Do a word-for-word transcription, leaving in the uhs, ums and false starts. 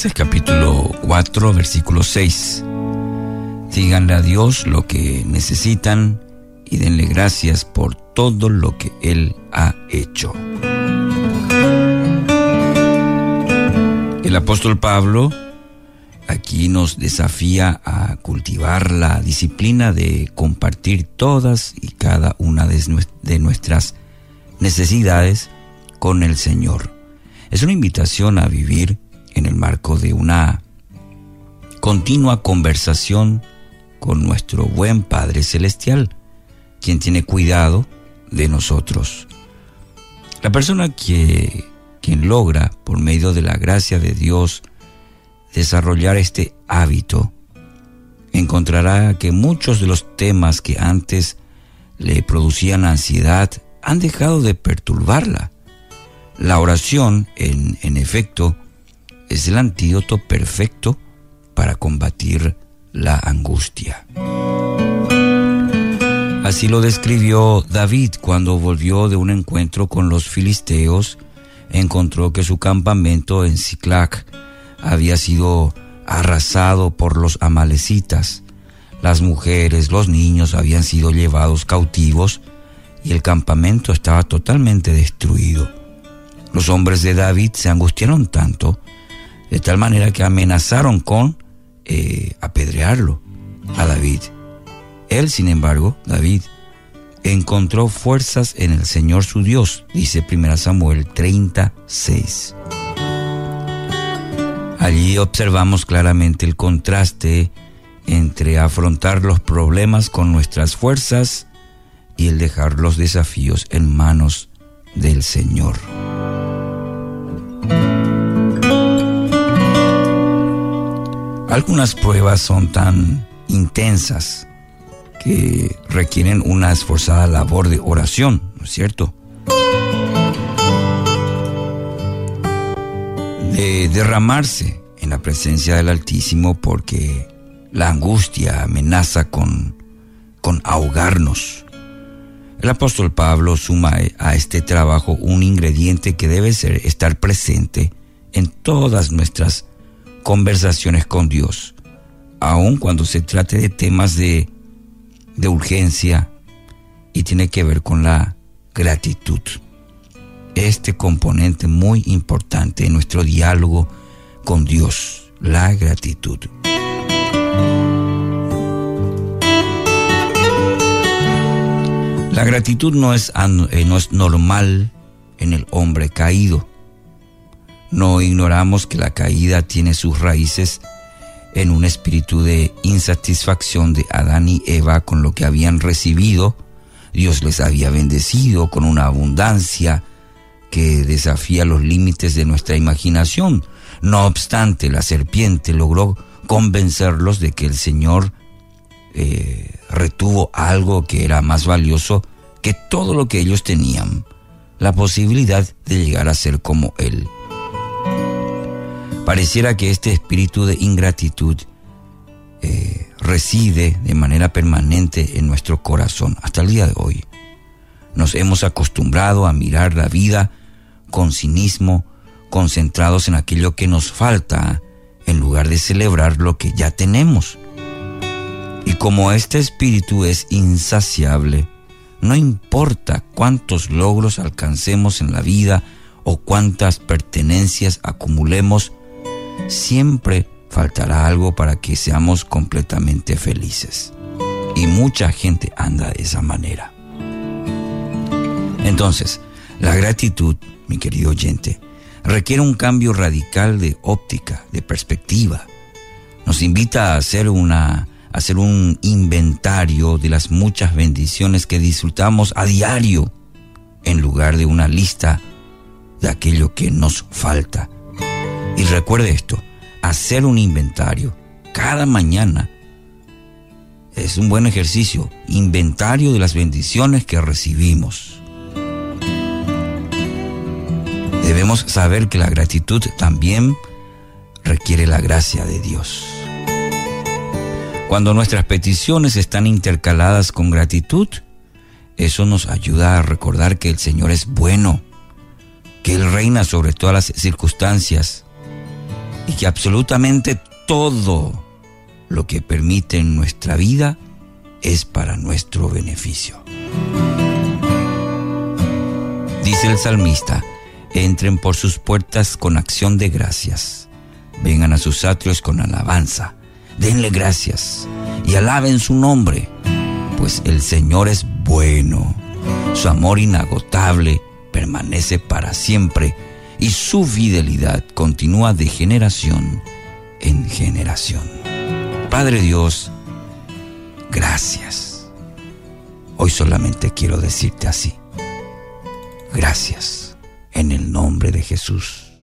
Filipenses capítulo cuatro, versículo seis. Díganle a Dios lo que necesitan y denle gracias por todo lo que Él ha hecho. El apóstol Pablo aquí nos desafía a cultivar la disciplina de compartir todas y cada una de nuestras necesidades con el Señor. Es una invitación a vivir en el marco de una continua conversación con nuestro buen Padre Celestial, quien tiene cuidado de nosotros. La persona que quien logra, por medio de la gracia de Dios, desarrollar este hábito, encontrará que muchos de los temas que antes le producían ansiedad han dejado de perturbarla. La oración, en, en efecto, es el antídoto perfecto para combatir la angustia. Así lo describió David cuando volvió de un encuentro con los filisteos. Encontró que su campamento en Siclag había sido arrasado por los amalecitas. Las mujeres, los niños habían sido llevados cautivos y el campamento estaba totalmente destruido. Los hombres de David se angustiaron tanto, de tal manera que amenazaron con eh, apedrearlo a David. Él, sin embargo, David, encontró fuerzas en el Señor su Dios, dice primero Samuel treinta, seis. Allí observamos claramente el contraste entre afrontar los problemas con nuestras fuerzas y el dejar los desafíos en manos del Señor. Algunas pruebas son tan intensas que requieren una esforzada labor de oración, ¿no es cierto? De derramarse en la presencia del Altísimo, porque la angustia amenaza con, con ahogarnos. El apóstol Pablo suma a este trabajo un ingrediente que debe ser estar presente en todas nuestras conversaciones con Dios, aun cuando se trate de temas de, de urgencia, y tiene que ver con la gratitud. Este componente muy importante en nuestro diálogo con Dios, la gratitud. La gratitud no es, no es normal en el hombre caído. No ignoramos que la caída tiene sus raíces en un espíritu de insatisfacción de Adán y Eva con lo que habían recibido. Dios les había bendecido con una abundancia que desafía los límites de nuestra imaginación. No obstante, la serpiente logró convencerlos de que el Señor eh, retuvo algo que era más valioso que todo lo que ellos tenían: la posibilidad de llegar a ser como Él. Pareciera que este espíritu de ingratitud eh, reside de manera permanente en nuestro corazón hasta el día de hoy. Nos hemos acostumbrado a mirar la vida con cinismo, concentrados en aquello que nos falta, en lugar de celebrar lo que ya tenemos. Y como este espíritu es insaciable, no importa cuántos logros alcancemos en la vida o cuántas pertenencias acumulemos, siempre faltará algo para que seamos completamente felices. Y mucha gente anda de esa manera. Entonces, la gratitud, mi querido oyente, requiere un cambio radical de óptica, de perspectiva. Nos invita a hacer una, a hacer un inventario de las muchas bendiciones que disfrutamos a diario, en lugar de una lista de aquello que nos falta. Y recuerde esto: hacer un inventario cada mañana es un buen ejercicio. Inventario de las bendiciones que recibimos. Debemos saber que la gratitud también requiere la gracia de Dios. Cuando nuestras peticiones están intercaladas con gratitud, eso nos ayuda a recordar que el Señor es bueno, que Él reina sobre todas las circunstancias y que absolutamente todo lo que permite en nuestra vida es para nuestro beneficio. Dice el salmista: entren por sus puertas con acción de gracias, vengan a sus atrios con alabanza, denle gracias y alaben su nombre, pues el Señor es bueno, su amor inagotable permanece para siempre y su fidelidad continúa de generación en generación. Padre Dios, gracias. Hoy solamente quiero decirte así: gracias, en el nombre de Jesús.